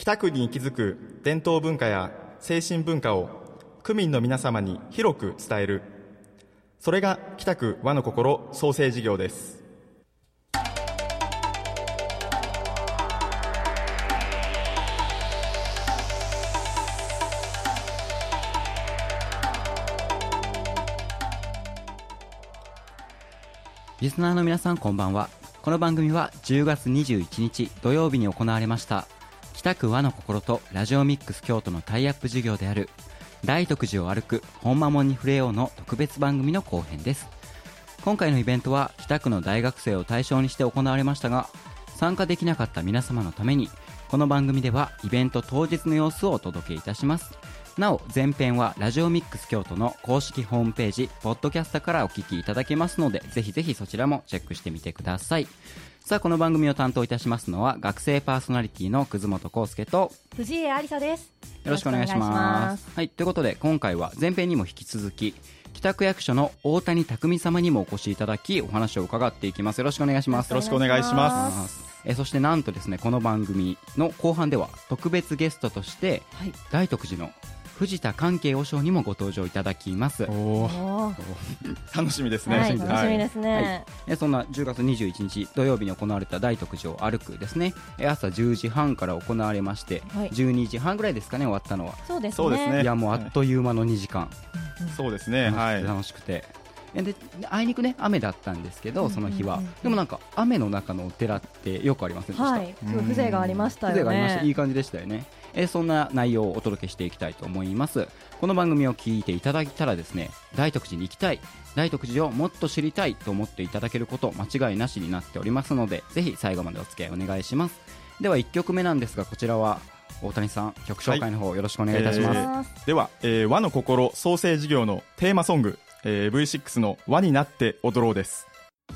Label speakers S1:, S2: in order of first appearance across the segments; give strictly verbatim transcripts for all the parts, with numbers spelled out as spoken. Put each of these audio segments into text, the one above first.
S1: 北区に息づく伝統文化や精神文化を区民の皆様に広く伝える、それが北区和の心創生事業です。
S2: リスナーの皆さん、こんばんは。この番組はじゅうがつにじゅういちにち土曜日に行われました北区和の心とラジオミックス京都のタイアップ事業である大徳寺を歩く本間門に触れようの特別番組の後編です。今回のイベントは北区の大学生を対象にして行われましたが、参加できなかった皆様のためにこの番組ではイベント当日の様子をお届けいたします。なお前編はラジオミックス京都の公式ホームページポッドキャストからお聞きいただけますので、ぜひぜひそちらもチェックしてみてください。さあ、この番組を担当いたしますのは学生パーソナリティの葛本康介と
S3: 藤井ありさです。
S2: よろしくお願いします。はい、ということで今回は前編にも引き続き北区役所の大谷匠様にもお越しいただき、お話を伺っていきます。よろしくお願いします。
S1: よろしくお願いします。
S2: えそしてなんとですね、この番組の後半では特別ゲストとして、はい、大徳寺の藤田関係和尚にもご登場いただきます。
S1: おー楽しみですね。
S3: はい、楽しみですね。
S2: はい、そんなじゅうがつにじゅういちにち土曜日に行われた大徳寺を歩くですね、朝じゅうじはんから行われまして、はい、じゅうにじはんぐらいですかね、終わったのは。
S3: そうですね。
S2: いや、もうあっという間のにじかん、はい、
S1: そうですね、はい、
S2: 楽しくて、であいにくね雨だったんですけど、その日は、うんうんうん、でもなんか雨の中のお寺ってよくありませんでした？
S3: はい、すごい風情がありましたよね。
S2: 風情がありました。いい感じでしたよね。えそんな内容をお届けしていきたいと思います。この番組を聞いていただいたらですね、大徳寺に行きたい、大徳寺をもっと知りたいと思っていただけること間違いなしになっておりますので、ぜひ最後までお付き合いお願いします。ではいっきょくめなんですが、こちらは大谷さん、曲紹介の方よろしくお願いいたします。
S1: はい、えー、では、えー、和の心創生事業のテーマソング、えー、ブイシックス の和になって踊ろうです。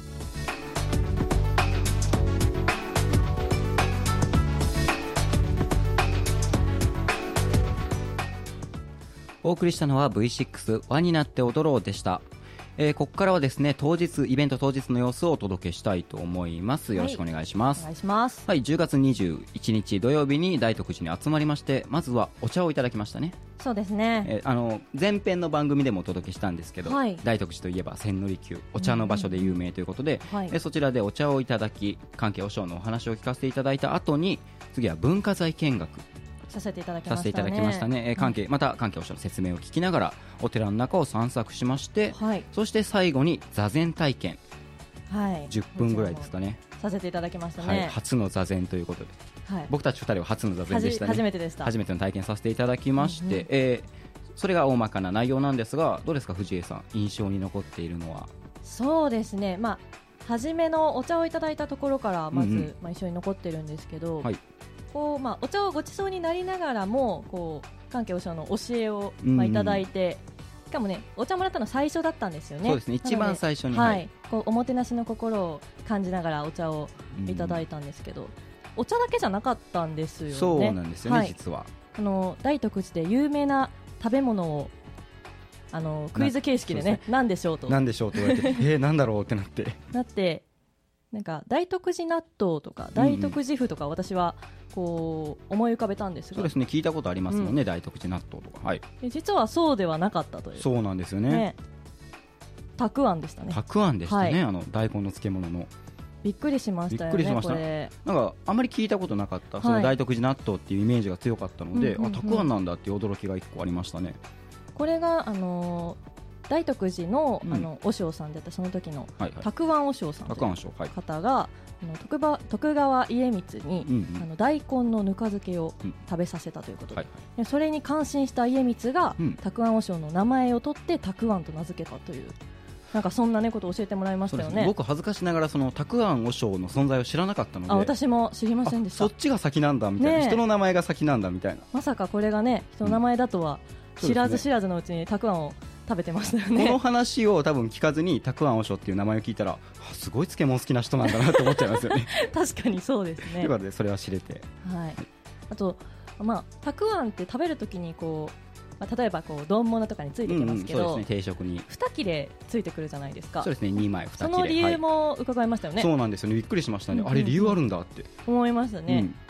S2: お送りしたのは ブイシックス 和になって踊ろうでした。えー、ここからはですね、当日イベント当日の様子をお届けしたいと思います。よろしくお願いします。
S3: はい、お願いします。
S2: はい、じゅうがつにじゅういちにち土曜日に大徳寺に集まりまして、まずはお茶をいただきましたね。
S3: そうですね。
S2: えー、あの前編の番組でもお届けしたんですけど、はい、大徳寺といえば千利休、お茶の場所で有名ということで、うんうんうん、えー、そちらでお茶をいただき、関係和尚のお話を聞かせていただいた後に、次は文化財見学
S3: させていただきましたね。
S2: させていただきましたね。えー、関係、また関係和尚の説明を聞きながらお寺の中を散策しまして、はい、そして最後に座禅体験、はい、じゅっぷんぐらいですかね、
S3: させていただきましたね。
S2: はい、初の座禅ということで、はい、僕たちふたりは初の座禅でしたね。
S3: 初めてでした。初
S2: めての体験させていただきまして、うんうん、えー、それが大まかな内容なんですが、どうですか藤江さん、印象に残っているのは？
S3: そうですね、まあ、初めのお茶をいただいたところからまず、うんうん、まあ、印象に残ってるんですけど、はい、こうまあ、お茶をごちそうになりながらもこう関係和尚の教えを、まあ、いただいて、うん、しかもね、お茶もらったの最初だったんですよね。
S2: そうですね、一番最初に、
S3: はい、こうおもてなしの心を感じながらお茶をいただいたんですけど、うん、お茶だけじゃなかったんですよね。
S2: そうなんですよね、はい、実は
S3: あの大徳寺で有名な食べ物をあのクイズ形式でね、何でしょうと
S2: 何でしょうと言われてえー、なんだろうってなって
S3: なってなんか大徳寺納豆とか大徳寺麩とか私はこう思い浮かべたんですが、
S2: そうですね、聞いたことありますもんね、うん、大徳寺納豆とか、はい、
S3: で実はそうではなかったという。
S2: そうなんですよね、ね、
S3: たくあんでしたね。
S2: たくあんでしたね、はい、あの大根の漬物の。
S3: びっくりしましたよね。
S2: びっくりしました。
S3: これ
S2: なんかあんまり聞いたことなかった、はい、その大徳寺納豆っていうイメージが強かったので、うんうんうん、あ、たくあんなんだっていう驚きが一個ありましたね。
S3: これがあのー大徳寺 の,、うん、あの和尚さんであったその時のたくあん和尚さんという方が、はい、あの 徳, 場徳川家光に、うんうん、あの大根のぬか漬けを食べさせたということで、うん、はい、でそれに感心した家光が、うん、たくあん和尚の名前を取ってたくあんと名付けたという、なんかそんな、ね、ことを教えてもらいましたよね。
S2: 僕恥ずかしながらそのたくあん和尚の存在を知らなかったので、
S3: あ、私も知りませんでした。
S2: そっちが先なんだみたいな、ね、人の名前が先なんだみたいな、
S3: まさかこれがね人の名前だとは知らず知らずのうちにたくあんを食べてましたよね。
S2: この話を多分聞かずにたくあん和尚っていう名前を聞いたら、すごい漬物好きな人なんだなと思っちゃいますよね
S3: 確かにそうですね。
S2: ということでそれは知れて、
S3: はい、あと、まあ、たくあんって食べるときにこう、まあ、例えばこう丼物とかについてきますけど、
S2: うんうん、そうですね、定食にに
S3: 切れついてくるじゃないですか。
S2: そうですね、にまいに切れ。
S3: その理由も伺いましたよね、
S2: はい、そうなんですよね、びっくりしましたね、うんうんうん、あれ理由あるんだって
S3: 思いましたね、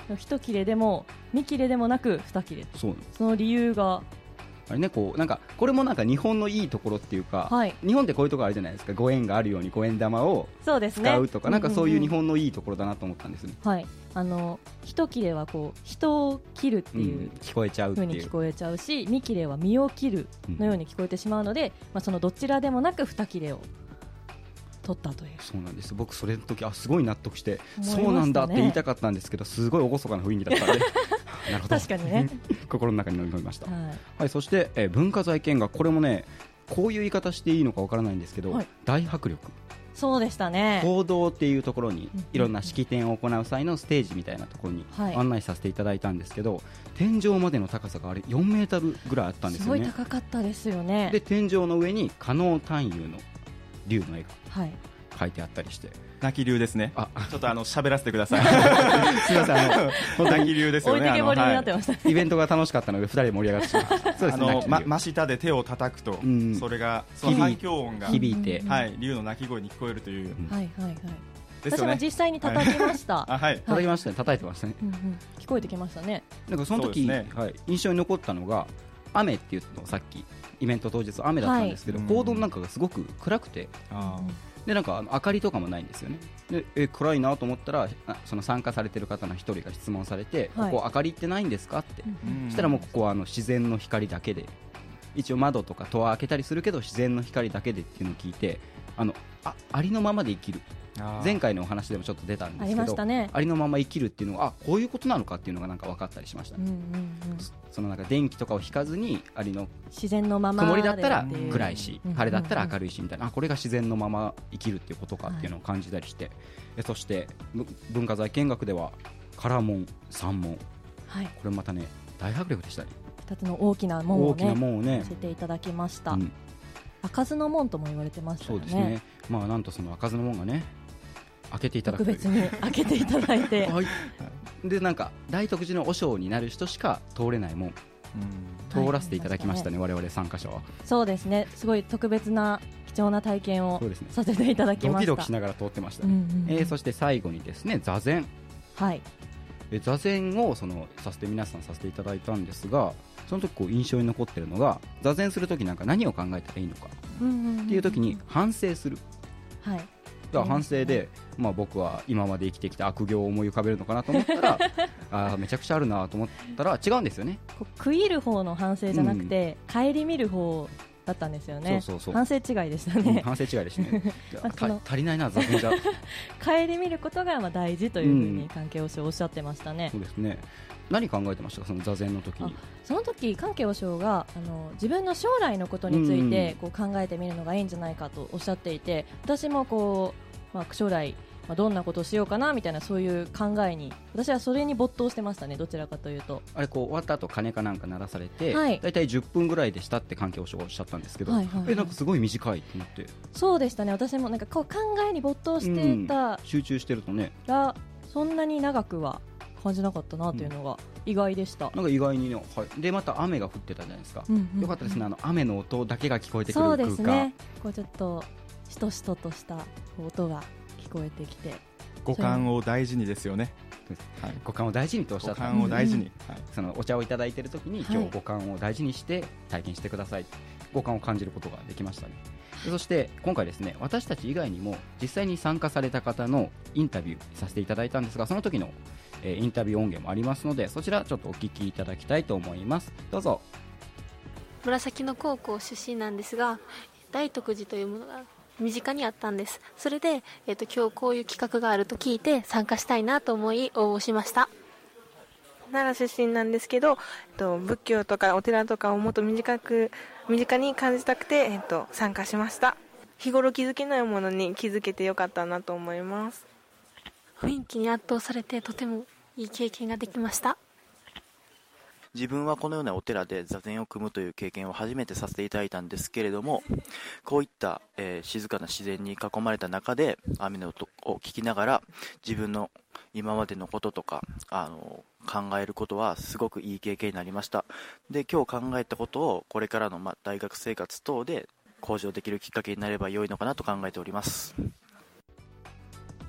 S3: 一切れでも二切れでもなく二切れ。
S2: そう
S3: その理由が
S2: あれね、こうなんかこれもなんか日本のいいところっていうか、はい、日本ってこういうところあるじゃないですか。ご縁があるようにご縁玉を使うとか、
S3: そうですね、
S2: なんかそういう日本のいいところだなと思ったんですね。
S3: はい、あの一切れはこう人を切るっていう、うん、
S2: 聞こえちゃうっていう
S3: 風に聞こえちゃうし、二切れは身を切るのように聞こえてしまうので、うん、まあ、そのどちらでもなく二切れを取ったという。
S2: そうなんです。僕それの時あすごい納得して、ね、そうなんだって言いたかったんですけど、すごい厳かな雰囲気だったのでなるほど、確かにね心の中に飲み込みました。はい、はい、そして、えー、文化財見学、これもねこういう言い方していいのかわからないんですけど、はい、大迫力。
S3: そうでしたね。
S2: 講堂っていうところにいろんな式典を行う際のステージみたいなところに案内させていただいたんですけど、はい、天井までの高さがあれよんメートルぐらいあったんですよね。
S3: すごい高かったですよね。
S2: で天井の上に加納探幽の竜の絵が、はい、書いてあったりして、
S1: 泣き竜ですね。あ、ちょっとあの喋らせてください
S2: すみません、あの
S1: 泣き竜ですよね。
S3: 置いてけぼりになってました、ね、
S2: イベントが楽しかったのでふたりで盛り上がってしまいました。そうですね、あの、ま、
S1: 真下で手を叩くと、うん、それがその反響音が
S2: 響いて、
S1: はい、竜の鳴き声に聞こえるという、
S3: うん、はいはいはい、私も実際に叩きました。
S2: あ、はい、叩きましたね、叩いてましたね、
S3: うんうん、聞こえてきましたね。
S2: なんかその時、ね、はい、印象に残ったのが雨っていうのをさっきイベント当日雨だったんですけど、講堂なんかがすごく暗くて、あでなんかあの明かりとかもないんですよね。でえ暗いなと思ったら、その参加されてる方の一人が質問されて、はい、ここ明かりってないんですかって、そしたらもうここはあの自然の光だけで、一応窓とか戸は開けたりするけど自然の光だけでっていうのを聞いて、あの あ, ありのままで生きる、前回のお話でもちょっと出たんですけど、 ありましたね、ありのまま生きるっていうのがあこういうことなのかっていうのがなんか分かったりしましたね。うんうんうん、そのなんか電気とかを引かずにありの
S3: 自然のまま
S2: 曇りだったら暗いし、晴れだったら明るいしみたいな、あこれが自然のまま生きるっていうことかっていうのを感じたりして、はい、そして文化財見学では唐門三門、はい、これまたね大迫力でしたね。
S3: ふたつの大きな門を ね,
S2: をね
S3: 見せていただきました、うん、開かずの門とも言われてましたよね。
S2: そうですね、まあ、なんとその開かずの門がね開けていただく
S3: 特別に開けていただいて、はい、
S2: でなんか大徳寺の和尚になる人しか通れない門、うん、通らせていただきましたね、はい、我々参加者は。
S3: そうですね、すごい特別な貴重な体験をさせていただきました。
S2: ドキドキしながら通ってましたね、うんうんうん、えー、そして最後にですね座禅、はい、え座禅をそのさせて皆さんさせていただいたんですが、その時こう印象に残ってるのが、座禅する時なんか何を考えたらいいのかっていう時に反省する、はい、だ反省で、まあ、僕は今まで生きてきた悪行を思い浮かべるのかなと思ったらあめちゃくちゃあるなと思ったら違うんですよね。
S3: こう食い入る方の反省じゃなくて、うん、顧みる方だったんですよね。そうそうそう、反省違いでしたね、うん、
S2: 反省違いでしたね足りないな座禅じゃ
S3: 顧みることがまあ大事というふうに関係和尚おっしゃってましたね、
S2: うん、そうですね。何考えてましたか、その座禅の時に。
S3: その時関係和尚があの自分の将来のことについてこう考えてみるのがいいんじゃないかとおっしゃっていて、私もこう、まあ、将来まあ、どんなことをしようかなみたいなそういう考えに私はそれに没頭してましたね。どちらかというと
S2: あれこう終わった後鐘かなんか鳴らされて、はい、だいたいじゅっぷんぐらいでしたって関係和尚がおっしゃったんですけど、はいはいはい、えなんかすごい短いと思って。
S3: そうでしたね。私もなんかこう考えに没頭していた、うん、
S2: 集中してるとね
S3: らそんなに長くは感じなかったなというのが意外でした、
S2: うん、なんか意外にね、はい、でまた雨が降ってたじゃないですか、うんうんうん、よかったですね。あの雨の音だけが聞こえてくる空間。そうですね、
S3: こうちょっとしとしととした音が聞こえてきて、
S1: 五感を大事にですよね。
S2: はい、五感を大事にとおっしゃった。
S1: 五感を大事に、
S2: うん、はい、そのお茶をいただいているときに、はい、今日五感を大事にして体験してください。五感を感じることができましたね。でそして今回ですね、私たち以外にも実際に参加された方のインタビューさせていただいたんですが、その時の、えー、インタビュー音源もありますので、そちらちょっとお聞きいただきたいと思います。どうぞ。
S4: 紫野高校出身なんですが、大徳寺というものが身近にあったんです。それで、えーと、今日こういう企画があると聞いて参加したいなと思い応募しました。
S5: 奈良出身なんですけど、えっと、仏教とかお寺とかをもっと短く身近に感じたくて、えっと、参加しました。日頃気づけないものに気づけてよかったなと思います。
S4: 雰囲気に圧倒されてとてもいい経験ができました。
S6: 自分はこのようなお寺で座禅を組むという経験を初めてさせていただいたんですけれども、こういった、えー、静かな自然に囲まれた中で雨の音を聞きながら自分の今までのこととかあの考えることはすごくいい経験になりました。で、今日考えたことをこれからの、ま、大学生活等で向上できるきっかけになれば良いのかなと考えております。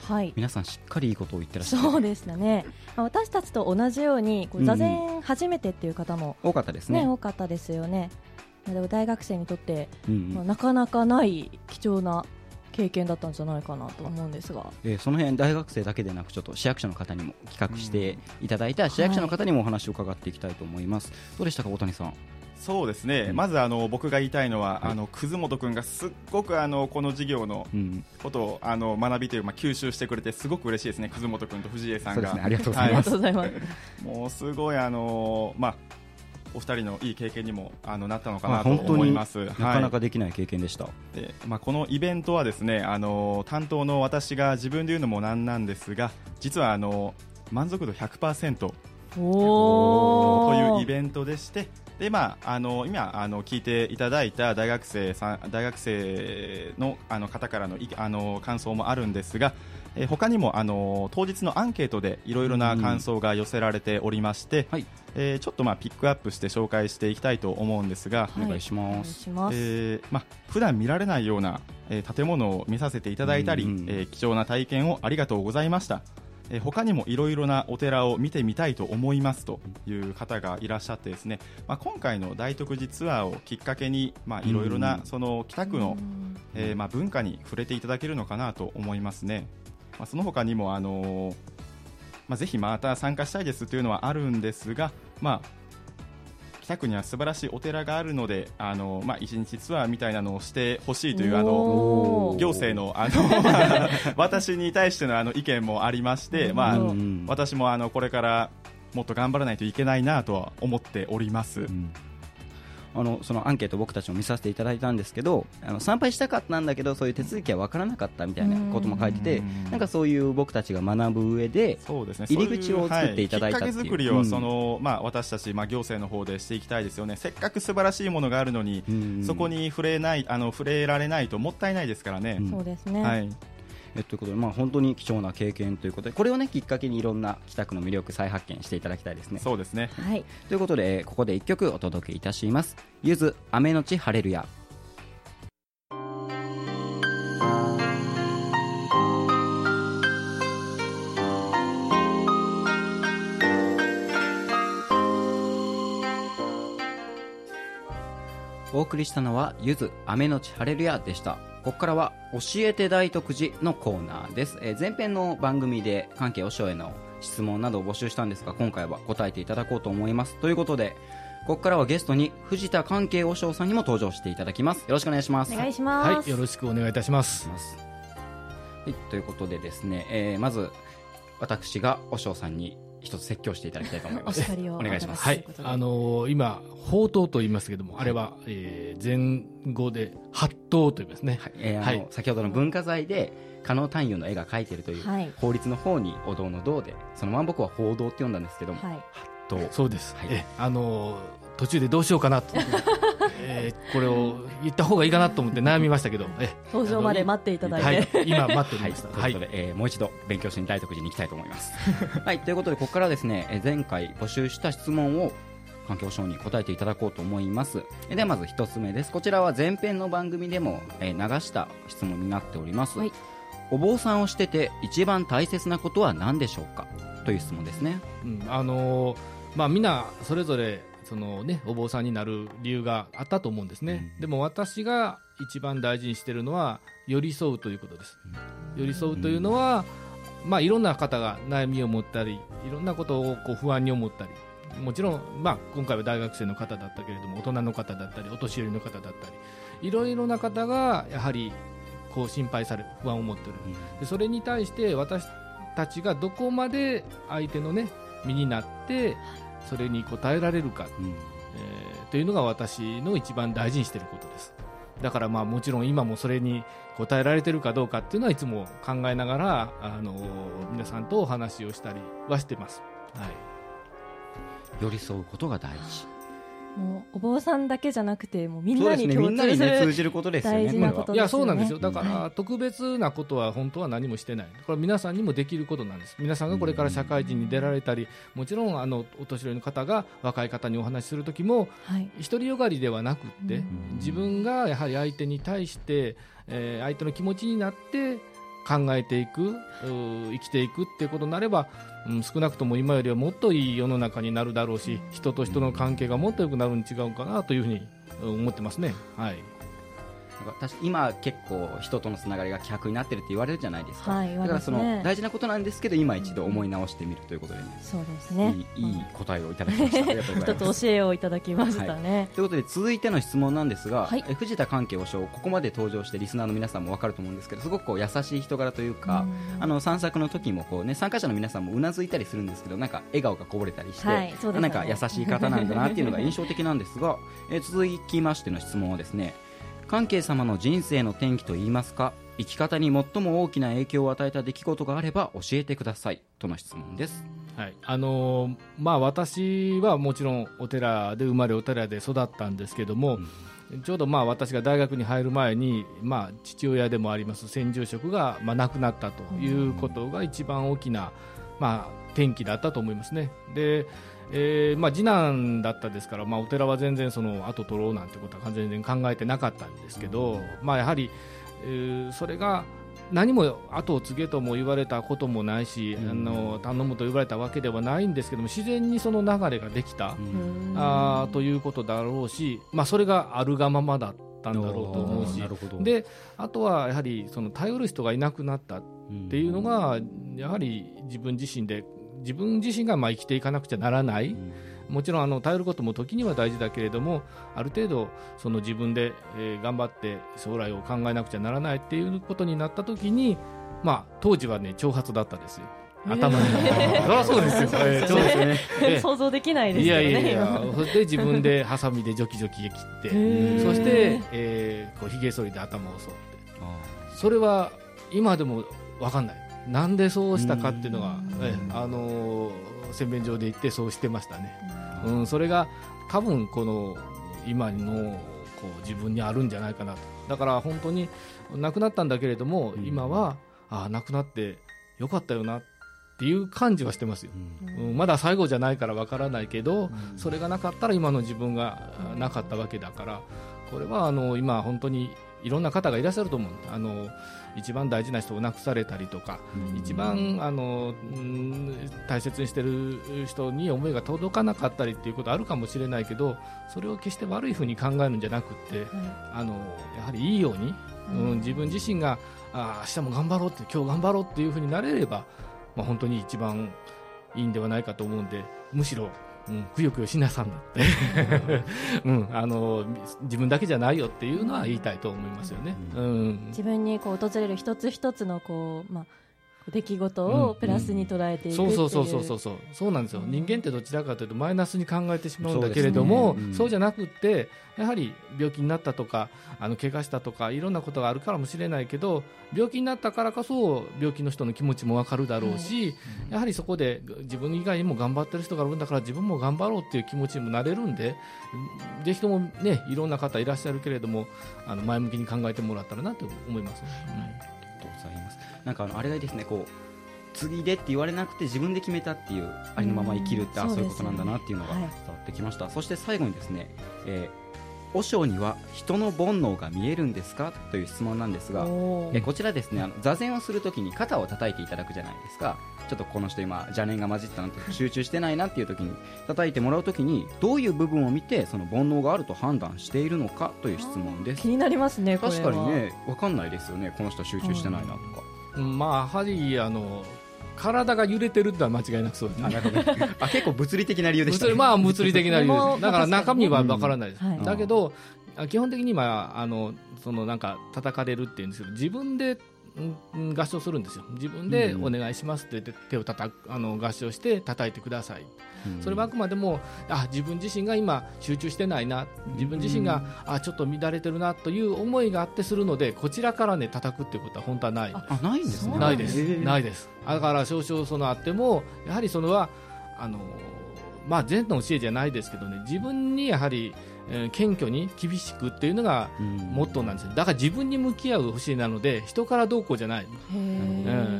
S3: はい、
S2: 皆さんしっかりいいことを言ってらっしゃる。
S3: そうですね、まあ、私たちと同じようにこう座禅初めてっていう方も、
S2: うん、多かったですね。
S3: 多かったですよね。でも大学生にとって、
S2: うんうん
S3: まあ、なかなかない貴重な経験だったんじゃないかなと思うんですが、
S2: えー、その辺大学生だけでなくちょっと市役所の方にも企画していただいた市役所の方にもお話を伺っていきたいと思います、はい、どうでしたか大谷さん。
S1: そうですね、うん、まずあの僕が言いたいのは、はい、あの葛本君がすっごくあのこの授業のことを、うん、あの学びという、まあ、吸収してくれてすごく嬉しいですね。葛本君と藤江さんが。
S2: そうですね、ありがとうございます、
S1: はい、もうすごいあの、まあお二人のいい経験にもあのなったのかなと思います。
S2: なかなかできない経験でした、
S1: はい、でまあ、このイベントはですね、あの担当の私が自分で言うのもなんなんですが、実はあの満足度 ひゃくパーセント
S3: お
S1: というイベントでして、で、まあ、あの今あの聞いていただいた大学生さん大学生 の, あの方からのあの感想もあるんですが、えー、他にもあの当日のアンケートでいろいろな感想が寄せられておりまして、はい、えー、ちょっとまあピックアップして紹介していきたいと思うんですが、
S2: はい、お願いします。
S1: えーまあ、普段見られないような、えー、建物を見させていただいたり、えー、貴重な体験をありがとうございました。えー、他にもいろいろなお寺を見てみたいと思いますという方がいらっしゃってですね、まあ、今回の大徳寺ツアーをきっかけにいろいろなその北区の、えー、まあ文化に触れていただけるのかなと思いますね。まあ、その他にも、あのーまあ、ぜひまた参加したいですというのはあるんですが、まあ、北区には素晴らしいお寺があるので、あのーまあ、一日ツアーみたいなのをしてほしいというあの行政の、あの私に対してのあの意見もありまして、まあ、私もあのこれからもっと頑張らないといけないなとは思っております。うん、
S2: あのそのアンケート僕たちも見させていただいたんですけど、あの参拝したかったんだけどそういう手続きは分からなかったみたいなことも書いてて、なんかそういう僕たちが学ぶ上で入り口を作っていただいたっていう、
S1: きっかけ作りをその、まあ、私たち、まあ、行政の方でしていきたいですよね。せっかく素晴らしいものがあるのにそこに触れないあの触れられないともったいないですからね。
S3: そうですね、
S1: はい、
S2: えということで、まあ、本当に貴重な経験ということで、これを、ね、きっかけにいろんな北区の魅力再発見していただきたいですね。
S1: そうですね、
S3: はい、
S2: ということでここでいっきょくお届けいたします。ゆず雨のち晴れるや。お送りしたのはゆず雨のち晴れるやでした。ここからは教えて大徳寺のコーナーです。えー、前編の番組で関係和尚への質問などを募集したんですが、今回は答えていただこうと思います。ということでここからはゲストに藤田関係和尚さんにも登場していただきます。よろしくお願いします。
S3: お願いします。
S7: はい、よろしくお願いいたします。
S2: はい、ということでですね、えー、まず私が和尚さんに一つ説教していただきたいと思います。
S3: お,
S2: お願いします。
S7: はい、あのー、今法灯と言いますけども、あれは、えー、前後で八灯と言いますね。
S2: はい、えー、はい、先ほどの文化財で加納探幽の絵が描いているという、はい、法律の方にお堂の堂で、そのまま僕は法堂って呼んだんですけども、はい、八灯。
S7: そうです。はい、えあのー、途中でどうしようかなと。えー、これを言った方がいいかなと思って悩みましたけど、え
S3: 登場まで待っていただいて、
S7: はい、今待っておりました。
S2: はい、ということで、えー、もう一度勉強しに大徳寺に行きたいと思います。はい、ということでここからですね、前回募集した質問を関係和尚に答えていただこうと思います。ではまず一つ目です。こちらは前編の番組でも、えー、流した質問になっております。はい、お坊さんをしてて一番大切なことは何でしょうかという質問ですね。
S7: うん、あのー、まあみんなそれぞれそのね、お坊さんになる理由があったと思うんですね。うん、でも私が一番大事にしているのは寄り添うということです。うん、寄り添うというのは、まあ、いろんな方が悩みを持ったり、いろんなことをこう不安に思ったり、もちろん、まあ、今回は大学生の方だったけれども、大人の方だったりお年寄りの方だったり、いろいろな方がやはりこう心配される、不安を持っている。うん、でそれに対して私たちがどこまで相手のね身になってそれに応えられるか、うん、えー、というのが私の一番大事にしていることです。だからまあもちろん今もそれに応えられているかどうかっていうのはいつも考えながら、あの皆さんとお話をしたりはしてます。はい、
S2: 寄り添うことが大事。
S3: もうお坊さんだけじゃなくてもうみんなに共通する、
S2: ね、みんなに、ね、通じることですよね。
S3: 大事なことですよね。
S7: いやそうなんですよ。だから特別なことは本当は何もしてない。これは皆さんにもできることなんです。皆さんがこれから社会人に出られたり、もちろんあのお年寄りの方が若い方にお話しするときも、はい、独りよがりではなくって自分がやはり相手に対して、えー、相手の気持ちになって考えていく、生きていくっていうことになれば、うん、少なくとも今よりはもっといい世の中になるだろうし、人と人の関係がもっと良くなるに違うかなというふうに思ってますね。はい、
S2: 今結構人とのつながりが希薄になってるって言われるじゃないですか、
S3: はい、
S2: だからその大事なことなんですけど今一度思い直してみるということで、ね、
S3: そうですね、
S2: いい、いい答えをいただきました。ありがとうございます。
S3: 一つ教えをいただきましたね、はい、
S2: ということで続いての質問なんですが、
S3: はい、
S2: え藤田関係和尚、ここまで登場してリスナーの皆さんも分かると思うんですけど、すごくこう優しい人柄というか、あの散策の時もこう、ね、参加者の皆さんもうなずいたりするんですけど、なんか笑顔がこぼれたりして、はい、ね、なんか優しい方なんだなっていうのが印象的なんですがえ続きましての質問はですね、関係様の人生の転機といいますか、生き方に最も大きな影響を与えた出来事があれば教えてくださいとの質問です。
S7: はい、あのーまあ、私はもちろんお寺で生まれお寺で育ったんですけども、うん、ちょうどまあ私が大学に入る前に、まあ、父親でもあります専住職がまあ亡くなったということが一番大きな、まあ、転機だったと思いますね。でえーまあ、次男だったですから、まあ、お寺は全然その後取ろうなんてことは完全に考えてなかったんですけど、まあ、やはり、えー、それが何も後を継げとも言われたこともないし、うん、あの頼むと言われたわけではないんですけども、自然にその流れができた、うん、あということだろうし、まあ、それがあるがままだったんだろうと思うし、であとはやはりその頼る人がいなくなったっていうのが、やはり自分自身で自分自身がまあ生きていかなくちゃならない、うん、もちろんあの頼ることも時には大事だけれども、ある程度その自分で、えー、頑張って将来を考えなくちゃならないっていうことになった時に、まあ、当時はね長髪だったですよ、頭に、えー、そりゃそうですよ、えー、そうですね、えー、
S3: 想像できないですよね。
S7: いやいやいや、そして自分でハサミでジョキジョキ切って、そして、えー、こうひげ剃りで頭を剃って、それは今でも分かんない、なんでそうしたかっていうのが、えあのー、洗面所で行ってそうしてましたね、うん、それが多分この今のこう自分にあるんじゃないかなと。だから本当に亡くなったんだけれども、今はあ亡くなってよかったよなっていう感じはしてますよ、うん、まだ最後じゃないからわからないけど、それがなかったら今の自分がなかったわけだから、これはあの今本当にいろんな方がいらっしゃると思う。あの一番大事な人を亡くされたりとか、うん、一番あの、うん、大切にしてる人に思いが届かなかったりっていうことあるかもしれないけど、それを決して悪いふうに考えるんじゃなくて、うん、あのやはりいいように、うん、自分自身があ明日も頑張ろうって今日頑張ろうっていうふうになれれば、まあ、本当に一番いいんではないかと思うんで、むしろうん、くよくよしなさんだって、うん、あの自分だけじゃないよっていうのは言いたいと思いますよね、うん、
S3: 自分にこう訪れる一つ一つのこう、まあ、出来事をプラスに捉えていくっていう、
S7: そうそうそうそうそうそうなんですよ。人間ってどちらかというとマイナスに考えてしまうんだけれども、 そうですね、うん、そうじゃなくってやはり病気になったとかあの怪我したとかいろんなことがあるからもしれないけど、病気になったからこそ病気の人の気持ちも分かるだろうし、はい、やはりそこで自分以外にも頑張ってる人がいるんだから自分も頑張ろうっていう気持ちにもなれるんで、ぜひともねいろんな方いらっしゃるけれども、あの前向きに考えてもらったらなと思いますね、うん、ありがとうございます。
S2: なんかあのあれがいいですね、こう次でって言われなくて自分で決めたっていうありのまま生きるって、あ、そういうことなんだなっていうのが伝わってきました、はい、そして最後にですね、えー、和尚には人の煩悩が見えるんですかという質問なんですが、えー、こちらですね、あの座禅をするときに肩を叩いていただくじゃないですか。ちょっとこの人今邪念が混じったなと集中してないなっていうときに叩いてもらうときにどういう部分を見てその煩悩があると判断しているのかという質問です。
S3: 気になりますね。これは
S2: 確かにね、分かんないですよね、この人集中してないなとか、
S7: うん、まあやはりあの体が揺れてるってのは間違いなくそうですね。あ、なるほど
S2: あ、結構物理的な理由でしたね。
S7: まあ物理的な理由です。だから中身は分からないです、うん、はい、だけど基本的に今あのそのなんか叩かれるっていうんですけど、自分で合唱するんですよ。自分でお願いしますって言って手を叩く、あの合唱して叩いてください、うん、それはあくまでもあ自分自身が今集中してないな、自分自身が、うん、あちょっと乱れてるなという思いがあってするので、こちらからね叩くっていうことは本当はない。
S2: あ、ないんですね。
S7: ないです、ないです。だから少々そのあってもやはりそれはあのまあ禅の教えじゃないですけどね、自分にやはりえー、謙虚に厳しくっていうのがモットーなんですよ。だから自分に向き合う教えなので人からどうこうじゃない、うん、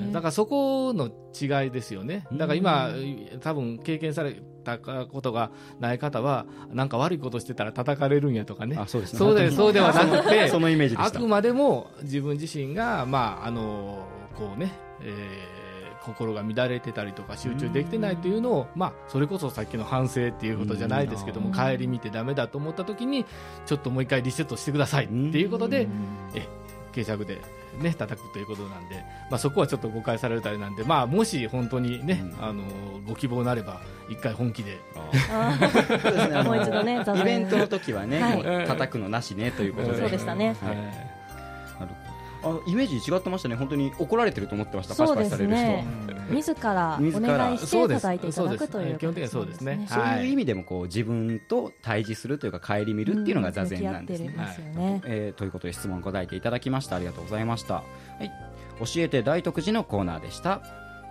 S7: だからそこの違いですよね。だから今多分経験されたことがない方はなんか悪いことしてたら叩かれるんやとかね、
S2: あ、そうですね、
S7: そうで、そうではなくて
S2: そのイメージでした。
S7: あくまでも自分自身が、まあ、あのこうね、えー、心が乱れてたりとか集中できてないというのを、まあ、それこそさっきの反省っていうことじゃないですけども、帰り見てダメだと思った時にちょっともう一回リセットしてくださいっていうことで、え軽尺でね、叩くということなんで、まあ、そこはちょっと誤解されるたりなんで、まあ、もし本当にね、うん、あのご希望なれば一回本気で
S3: もう一度ね、
S2: イベントの時はね、はい、もう叩くのなしねということで、
S3: そうでしたね、はい、
S2: なるほど。あのイメージ違ってましたね。本当に怒られてると思ってました。パチパチされる人、ね、
S3: 自らお願いして叩いていただくという、
S7: 基本的にはそうですね。
S2: そういう意味でもこう自分と対峙するというか顧みるっていうのが座禅なんですね。えー、ということで質問答えていただきましたありがとうございました。はい、教えて大徳寺のコーナーでした。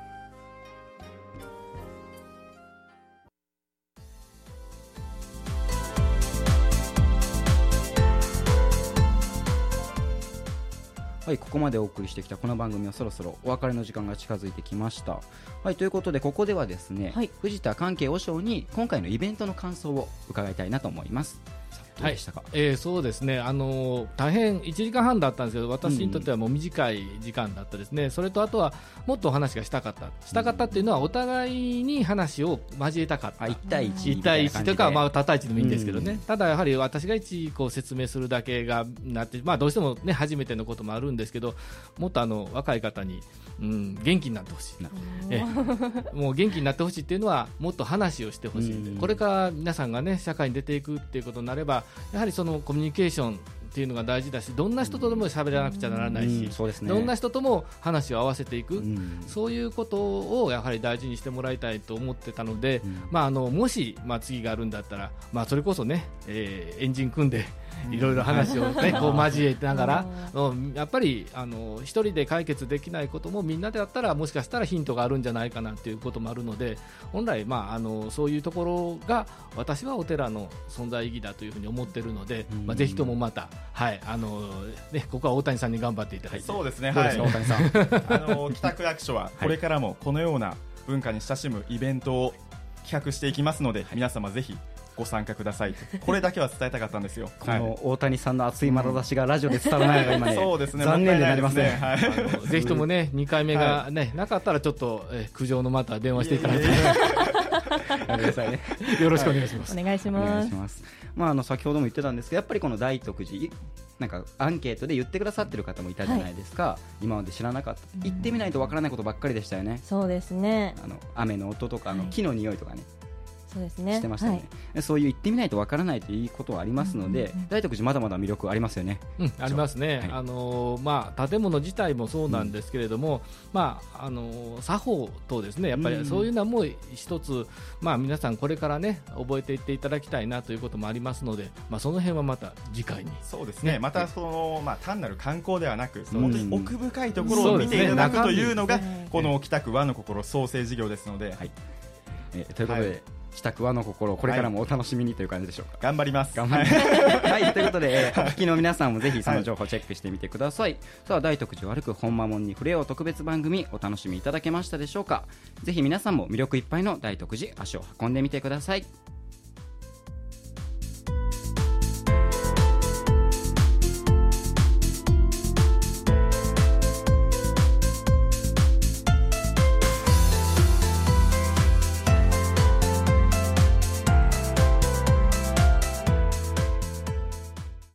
S2: はい、ここまでお送りしてきたこの番組はそろそろお別れの時間が近づいてきました。はい、ということでここではですね、はい、藤田関係和尚に今回のイベントの感想を伺いたいなと思います。どうでしたか？
S7: はい、えー、そうですね、あのー、大変いちじかんはんだったんですけど、私にとってはもう短い時間だったですね、うん、それとあとはもっとお話がしたかったしたかったっていうのはお互いに話を交えたかった、
S2: いち対いち
S7: いち対いちというか、まあ、たったいちでもいいんですけどね、うん、ただやはり私が一こう説明するだけがなって、まあ、どうしても、ね、初めてのこともあるんですけど、もっとあの若い方に、うん、元気になってほしいえもう元気になってほしいっていうのはもっと話をしてほしい、うん、これから皆さんが、ね、社会に出ていくっていうことになればやはりそのコミュニケーションっていうのが大事だし、どんな人とでも喋らなくちゃならないし、うんそうですね、どんな人とも話を合わせていく、うん、そういうことをやはり大事にしてもらいたいと思ってたので、うん、まあ、あのもし、まあ、次があるんだったら、まあ、それこそね、えー、エンジン組んでいろいろ話を、ね、こう交えながらやっぱりあの一人で解決できないこともみんなでやったらもしかしたらヒントがあるんじゃないかなということもあるので、本来、まあ、あのそういうところが私はお寺の存在意義だというふうに思っているので、うん、まあ、ぜひともまた、はい、あのね、ここは大谷さんに頑張っていただいて。
S1: そうですね、はい、大谷さんあの北区役所はこれからもこのような文化に親しむイベントを企画していきますので、はい、皆様ぜひご参加ください。これだけは伝えたかったんですよ。
S2: この大谷さんの熱い眼差しがラジオで伝わらないのが今ね、そうですね、残念でなりません、はい、
S7: ぜひともねにかいめが、ね、はい、なかったらちょっと、え苦情のまた電話していただいてよろしくお願いします。
S3: お願いします。
S2: まあ、あの先ほども言ってたんですけど、やっぱりこの大徳寺なんかアンケートで言ってくださってる方もいたじゃないですか、はい、今まで知らなかった、行ってみないとわからないことばっかりでしたよね。
S3: そうですね、
S2: あの雨の音とかあの木の匂いとかね、はい、
S3: そうですね、
S2: してましたね、はい、そういう行ってみないとわからないということはありますので、うんうんうん、大徳寺まだまだ魅力ありますよね、
S7: うん、ありますね、はい、あのーまあ、建物自体もそうなんですけれども、うん、まああのー、作法とですね、やっぱりそういうのも一つ、まあ、皆さんこれからね覚えていっていただきたいなということもありますので、まあ、その辺はまた次回に。
S1: そうですね、またその、まあ、単なる観光ではなく、うん、本当に奥深いところを見ていただくというのが、ね、この北区和の心創生事業ですので、はい、
S2: えー、ということで、はい、北区和の心、これからもお楽しみにという感じでしょうか。
S1: 頑張ります。
S2: 頑張ります。はい、ということで、お聞きの皆さんもぜひその情報をチェックしてみてください。はい、さあ、大徳寺を歩く本間門に触れよう特別番組、お楽しみいただけましたでしょうか。ぜひ皆さんも魅力いっぱいの大徳寺、足を運んでみてください。